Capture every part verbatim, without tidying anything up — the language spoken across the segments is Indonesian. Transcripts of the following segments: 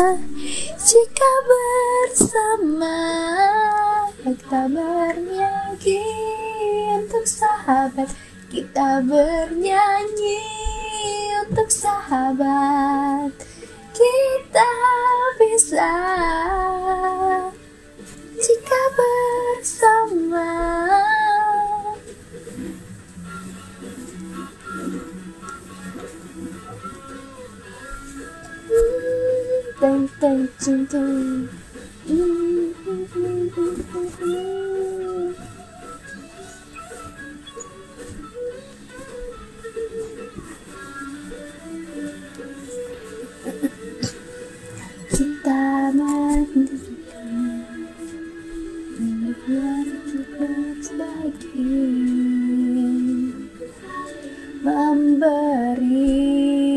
Jika bersama kita bernyanyi untuk sahabat, kita bernyanyi untuk sahabat, kita bisa jika bersama. Teng teng teng teng. Kita mendirikan biar kita berbagi, memberi.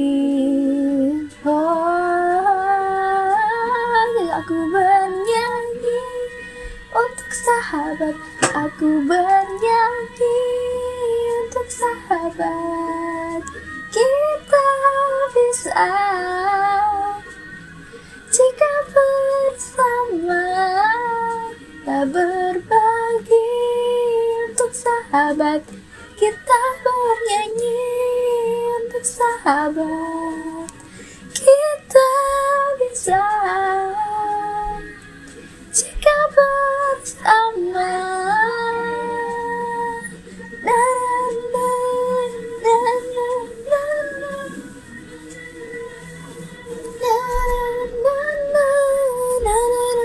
Aku bernyanyi untuk sahabat, aku bernyanyi untuk sahabat, kita bisa jika bersama, kita berbagi untuk sahabat, kita bernyanyi untuk sahabat, kita bisa jika bersama. Na, na, na, na, na, na. Na, na, na, na, na.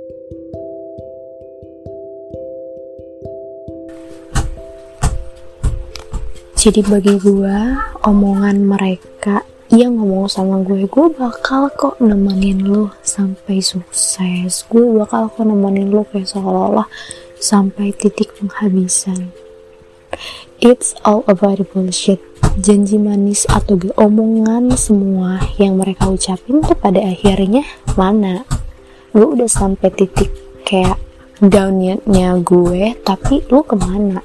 Jadi bagi gue, omongan mereka yang ngomong sama gue, gue bakal kok nemenin lu sampai sukses, gue bakal kok nemenin lu kayak seolah-olah sampai titik penghabisan. It's all about the bullshit. Janji manis atau omongan semua yang mereka ucapin tuh pada akhirnya mana? Gue udah sampai titik kayak downnya gue, tapi lu kemana?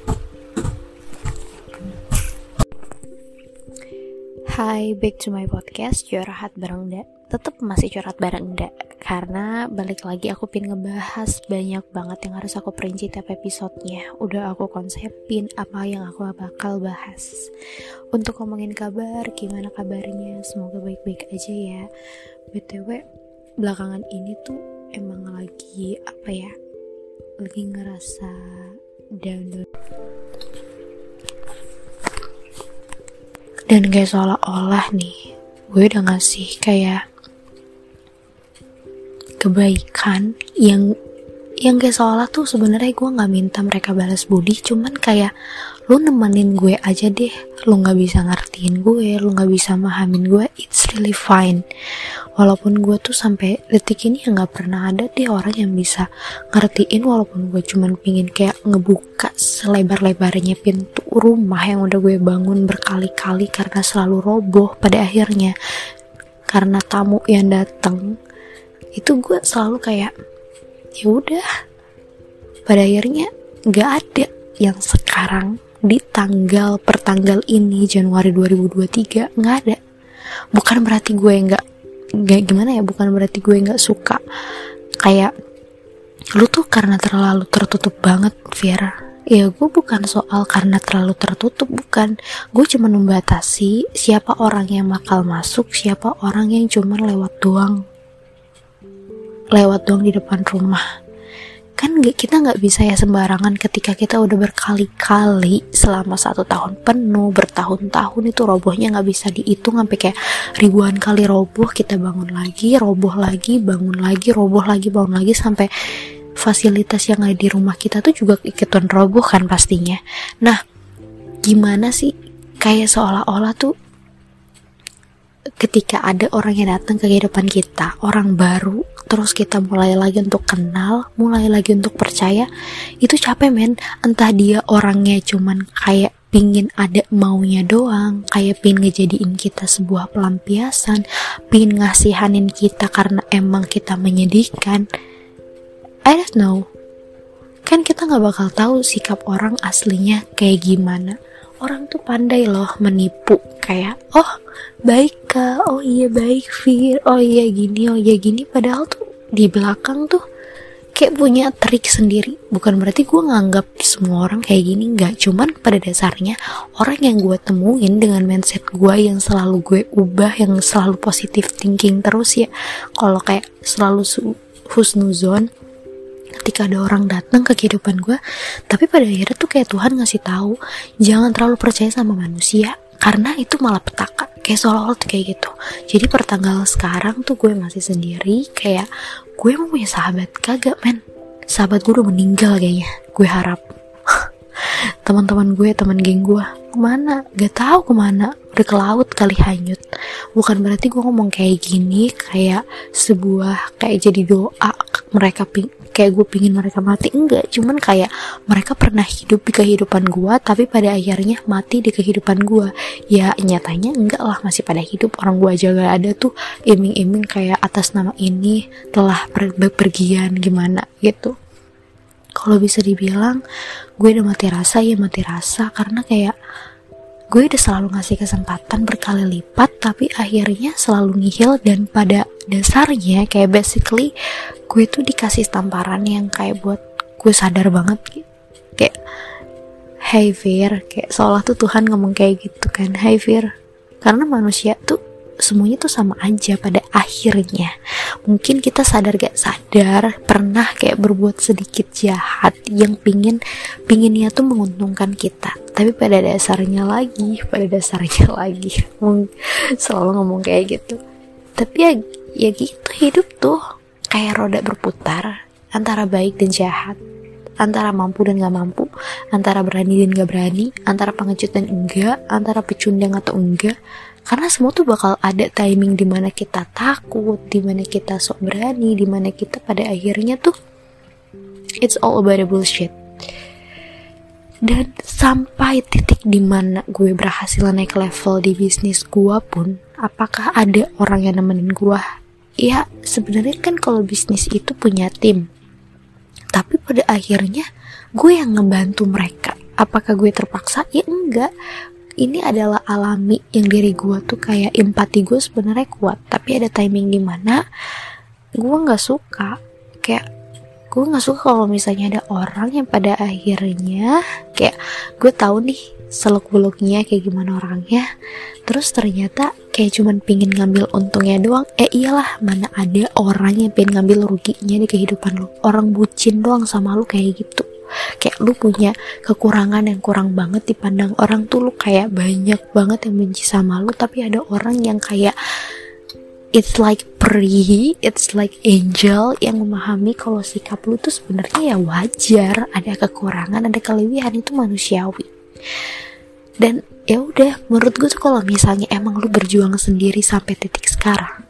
Hai, back to my podcast, curhat bareng Nda. Tetep masih curhat bareng Nda, karena balik lagi aku pengen ngebahas banyak banget yang harus aku perinci tiap episodenya. Udah aku konsepin apa yang aku bakal bahas. Untuk ngomongin kabar, gimana kabarnya? Semoga baik-baik aja ya. B T W, belakangan ini tuh emang lagi, apa ya, lagi ngerasa down-down. Dan kayak seolah-olah nih, gue udah ngasih kayak kebaikan yang yang kayak seolah tuh sebenarnya gue nggak minta mereka balas budi, cuman kayak lu nemenin gue aja deh, lu nggak bisa ngertiin gue, lu nggak bisa mahamin gue, it's really fine. Walaupun gue tuh sampai detik ini ya nggak pernah ada deh orang yang bisa ngertiin, walaupun gue cuman pingin kayak ngebuka selebar-lebarnya pintu rumah yang udah gue bangun berkali-kali karena selalu roboh pada akhirnya karena tamu yang datang. Itu gue selalu kayak ya udah, pada akhirnya nggak ada yang sekarang di tanggal per tanggal ini Januari dua ribu dua puluh tiga, nggak ada. Bukan berarti gue nggak nggak gimana ya, bukan berarti gue nggak suka kayak lu tuh karena terlalu tertutup banget, Vera. Ya gue bukan soal karena terlalu tertutup, bukan. Gue cuma membatasi siapa orang yang bakal masuk, siapa orang yang cuma lewat doang lewat doang di depan rumah. Kan gak, kita gak bisa ya sembarangan ketika kita udah berkali-kali selama satu tahun penuh, bertahun-tahun itu robohnya gak bisa dihitung sampai kayak ribuan kali roboh, kita bangun lagi, roboh lagi, bangun lagi, roboh lagi, bangun lagi, sampai fasilitas yang ada di rumah kita tuh juga ikutan roboh kan pastinya. Nah, gimana sih kayak seolah-olah tuh ketika ada orang yang datang ke kehidupan kita, orang baru, terus kita mulai lagi untuk kenal, mulai lagi untuk percaya, itu capek men. Entah dia orangnya cuman kayak pingin ada maunya doang, kayak pingin ngejadiin kita sebuah pelampiasan, pingin ngasihanin kita karena emang kita menyedihkan. I don't know. Kan kita gak bakal tahu sikap orang aslinya kayak gimana. orang tuh pandai loh menipu, kayak oh baik Kak, oh iya baik Fir, oh iya gini, oh iya gini, padahal tuh di belakang tuh kayak punya trik sendiri. Bukan berarti gue nganggap semua orang kayak gini, enggak, cuman pada dasarnya orang yang gue temuin dengan mindset gue yang selalu gue ubah, yang selalu positive thinking terus ya, kalau kayak selalu husnuzon ketika ada orang datang ke kehidupan gue, tapi pada akhirnya tuh kayak Tuhan ngasih tahu jangan terlalu percaya sama manusia karena itu malah petaka, kayak seolah-olah tuh kayak gitu. Jadi pertanggal sekarang tuh gue masih sendiri, kayak gue mau punya sahabat kagak men, sahabat gue udah meninggal kayaknya, gue harap. Teman-teman gue, teman geng gue kemana, gak tahu kemana, udah ke laut kali hanyut. Bukan berarti gue ngomong kayak gini kayak sebuah kayak jadi doa mereka ping kayak gue pingin mereka mati, enggak, cuman kayak mereka pernah hidup di kehidupan gue tapi pada akhirnya mati di kehidupan gue. Ya nyatanya enggak lah, masih pada hidup, orang gue aja gak ada tuh iming-iming kayak atas nama ini telah berpergian gimana gitu. Kalau bisa dibilang gue udah mati rasa, ya mati rasa, karena kayak gue udah selalu ngasih kesempatan berkali lipat tapi akhirnya selalu nihil. Dan pada dasarnya kayak basically gue tuh dikasih tamparan yang kayak buat gue sadar banget gitu. Kayak hey Fir, kayak seolah tuh Tuhan ngomong kayak gitu kan, hey Fir, karena manusia tuh semuanya tuh sama aja pada akhirnya. Mungkin kita sadar gak sadar pernah kayak berbuat sedikit jahat yang pingin pinginnya tuh menguntungkan kita, tapi pada dasarnya lagi pada dasarnya lagi selalu ngomong kayak gitu. Tapi ya ya gitu, hidup tuh kayak roda berputar antara baik dan jahat, antara mampu dan gak mampu, antara berani dan gak berani, antara pengecut dan enggak, antara pecundang atau enggak. Karena semua tuh bakal ada timing dimana kita takut, dimana kita sok berani, dimana kita pada akhirnya tuh it's all about the bullshit. Dan sampai titik dimana gue berhasil naik level di bisnis gue pun, apakah ada orang yang nemenin gue? Ya sebenarnya kan kalau bisnis itu punya tim, tapi pada akhirnya gue yang ngebantu mereka. Apakah gue terpaksa? Ya enggak. Ini adalah alami yang diri gue tuh kayak empati gue sebenarnya kuat, tapi ada timing dimana gue nggak suka. Kayak gue nggak suka kalau misalnya ada orang yang pada akhirnya kayak gue tahu nih seluk beluknya kayak gimana orangnya, terus ternyata kayak cuman pingin ngambil untungnya doang. Eh iyalah, mana ada orang yang pengen ngambil ruginya di kehidupan lu. Orang bucin doang sama lu kayak gitu. Kayak lu punya kekurangan yang kurang banget dipandang orang tuh, lu kayak banyak banget yang benci sama lu, tapi ada orang yang kayak it's like peri, it's like angel yang memahami kalau sikap lu tuh sebenarnya ya wajar, ada kekurangan, ada kelebihan, itu manusiawi. Dan ya udah, menurut gue tuh kalau misalnya emang lu berjuang sendiri sampai titik sekarang,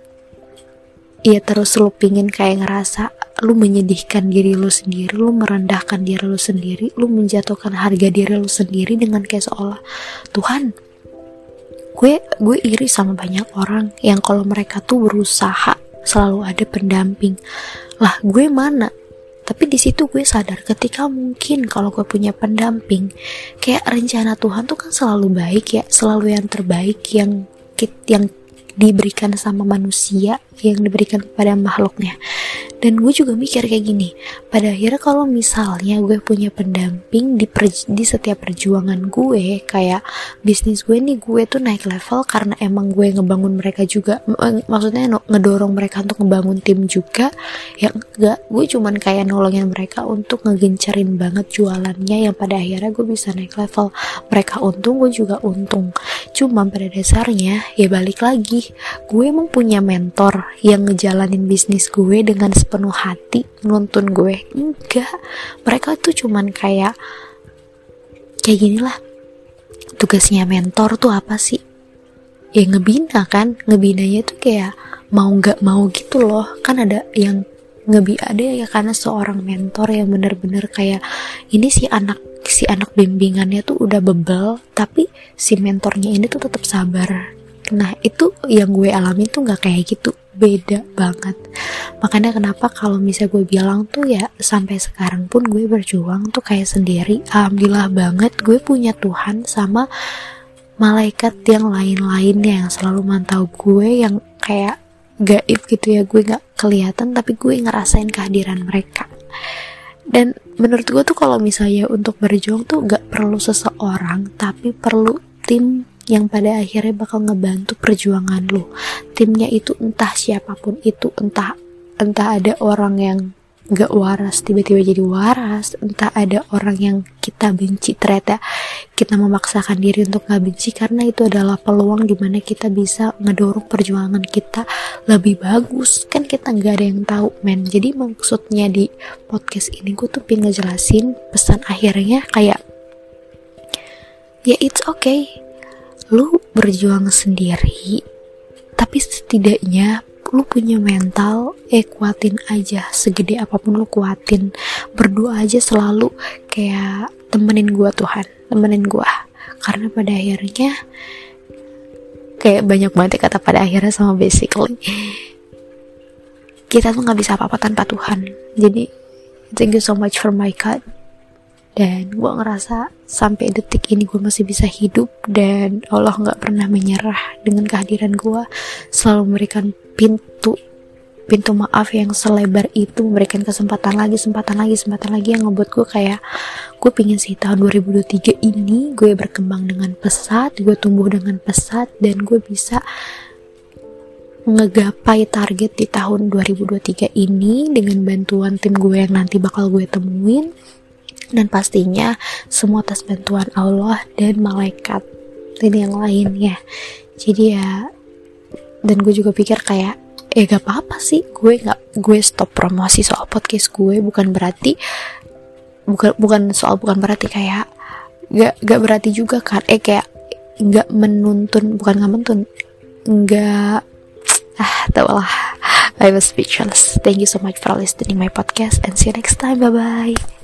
ya terus lu pingin kayak ngerasa lu menyedihkan diri lu sendiri, lu merendahkan diri lu sendiri, lu menjatuhkan harga diri lu sendiri dengan kayak seolah Tuhan, gue gue iri sama banyak orang yang kalau mereka tuh berusaha selalu ada pendamping. Lah gue mana? Tapi di situ gue sadar ketika mungkin kalau gue punya pendamping, kayak rencana Tuhan tuh kan selalu baik ya, selalu yang terbaik yang yang diberikan sama manusia, yang diberikan kepada makhluknya. Dan gue juga mikir kayak gini, pada akhirnya kalau misalnya gue punya pendamping di, per, di setiap perjuangan gue, kayak bisnis gue nih, gue tuh naik level karena emang gue ngebangun mereka juga, maksudnya ngedorong mereka untuk ngebangun tim juga. Ya enggak, gue cuman kayak nolongin mereka untuk ngegencarin banget jualannya, yang pada akhirnya gue bisa naik level. Mereka untung, gue juga untung. Cuma pada dasarnya ya balik lagi, gue emang punya mentor yang ngejalanin bisnis gue dengan sepenuh hati, menuntun gue. Enggak, mereka tuh cuman kayak kayak gini lah. Tugasnya mentor tuh apa sih? Ya ngebina kan, ngebinanya tuh kayak mau nggak mau gitu loh. Kan ada yang ngebi ada ya, karena seorang mentor yang bener-bener kayak ini si anak si anak bimbingannya tuh udah bebel, tapi si mentornya ini tuh tetap sabar. Nah itu yang gue alami tuh nggak kayak gitu, beda banget. Makanya kenapa kalau misalnya gue bilang tuh ya sampai sekarang pun gue berjuang tuh kayak sendiri. Alhamdulillah banget gue punya Tuhan sama malaikat yang lain-lainnya yang selalu mantau gue, yang kayak gaib gitu ya, gue gak kelihatan tapi gue ngerasain kehadiran mereka. Dan menurut gue tuh kalau misalnya untuk berjuang tuh gak perlu seseorang, tapi perlu tim yang pada akhirnya bakal ngebantu perjuangan lo. Timnya itu entah siapapun itu, entah entah ada orang yang gak waras tiba-tiba jadi waras, entah ada orang yang kita benci ternyata kita memaksakan diri untuk gak benci, karena itu adalah peluang dimana kita bisa ngedorong perjuangan kita lebih bagus. Kan kita gak ada yang tahu men. Jadi maksudnya di podcast ini gue tuh pengen ngejelasin pesan akhirnya kayak ya it's okay, lu berjuang sendiri, tapi setidaknya lu punya mental, eh kuatin aja, segede apapun lu kuatin, berdoa aja selalu kayak temenin gua Tuhan, temenin gua, karena pada akhirnya kayak banyak banget kata pada akhirnya sama basically kita tuh nggak bisa apa-apa tanpa Tuhan. Jadi thank you so much for my God, dan gue ngerasa sampai detik ini gue masih bisa hidup, dan Allah gak pernah menyerah dengan kehadiran gue, selalu memberikan pintu pintu maaf yang selebar itu, memberikan kesempatan lagi, kesempatan lagi, kesempatan lagi yang ngebuat gue kayak gue pingin sih tahun dua ribu dua puluh tiga ini gue berkembang dengan pesat, gue tumbuh dengan pesat, dan gue bisa ngegapai target di tahun dua ribu dua puluh tiga ini dengan bantuan tim gue yang nanti bakal gue temuin. Dan pastinya semua atas bantuan Allah dan malaikat dan yang lainnya. Jadi ya, dan gue juga pikir kayak eh gak apa-apa sih gue gak gue stop promosi soal podcast gue, bukan berarti bukan bukan soal bukan berarti kayak gak gak berarti juga kan eh kayak gak menuntun, bukan gak menuntun, gak ah tau lah. I was speechless. Thank you so much for listening my podcast, and see you next time. Bye bye.